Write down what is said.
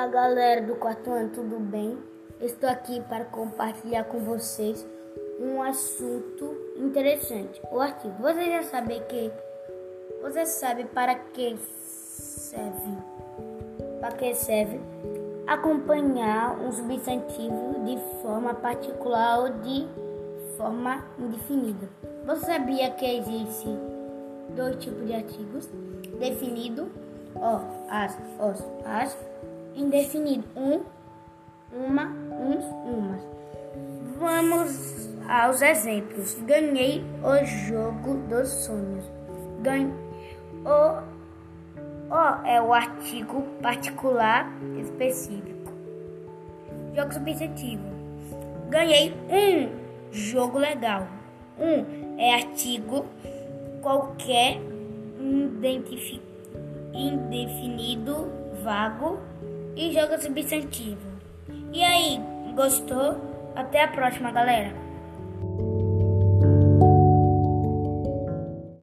Olá, galera do quarto ano, tudo bem? Estou aqui para compartilhar com vocês um assunto interessante. O artigo. Você sabe para que serve? Para que serve acompanhar um substantivo de forma particular ou de forma indefinida? Você sabia que existem dois tipos de artigos? Definido, as, indefinido, uma, uns, umas. Vamos aos exemplos. Ganhei o jogo dos sonhos. É o artigo particular específico. Jogo substantivo. Ganhei um jogo legal. É artigo qualquer, indefinido, vago e jogo substantivo. E aí, gostou? Até a próxima, galera!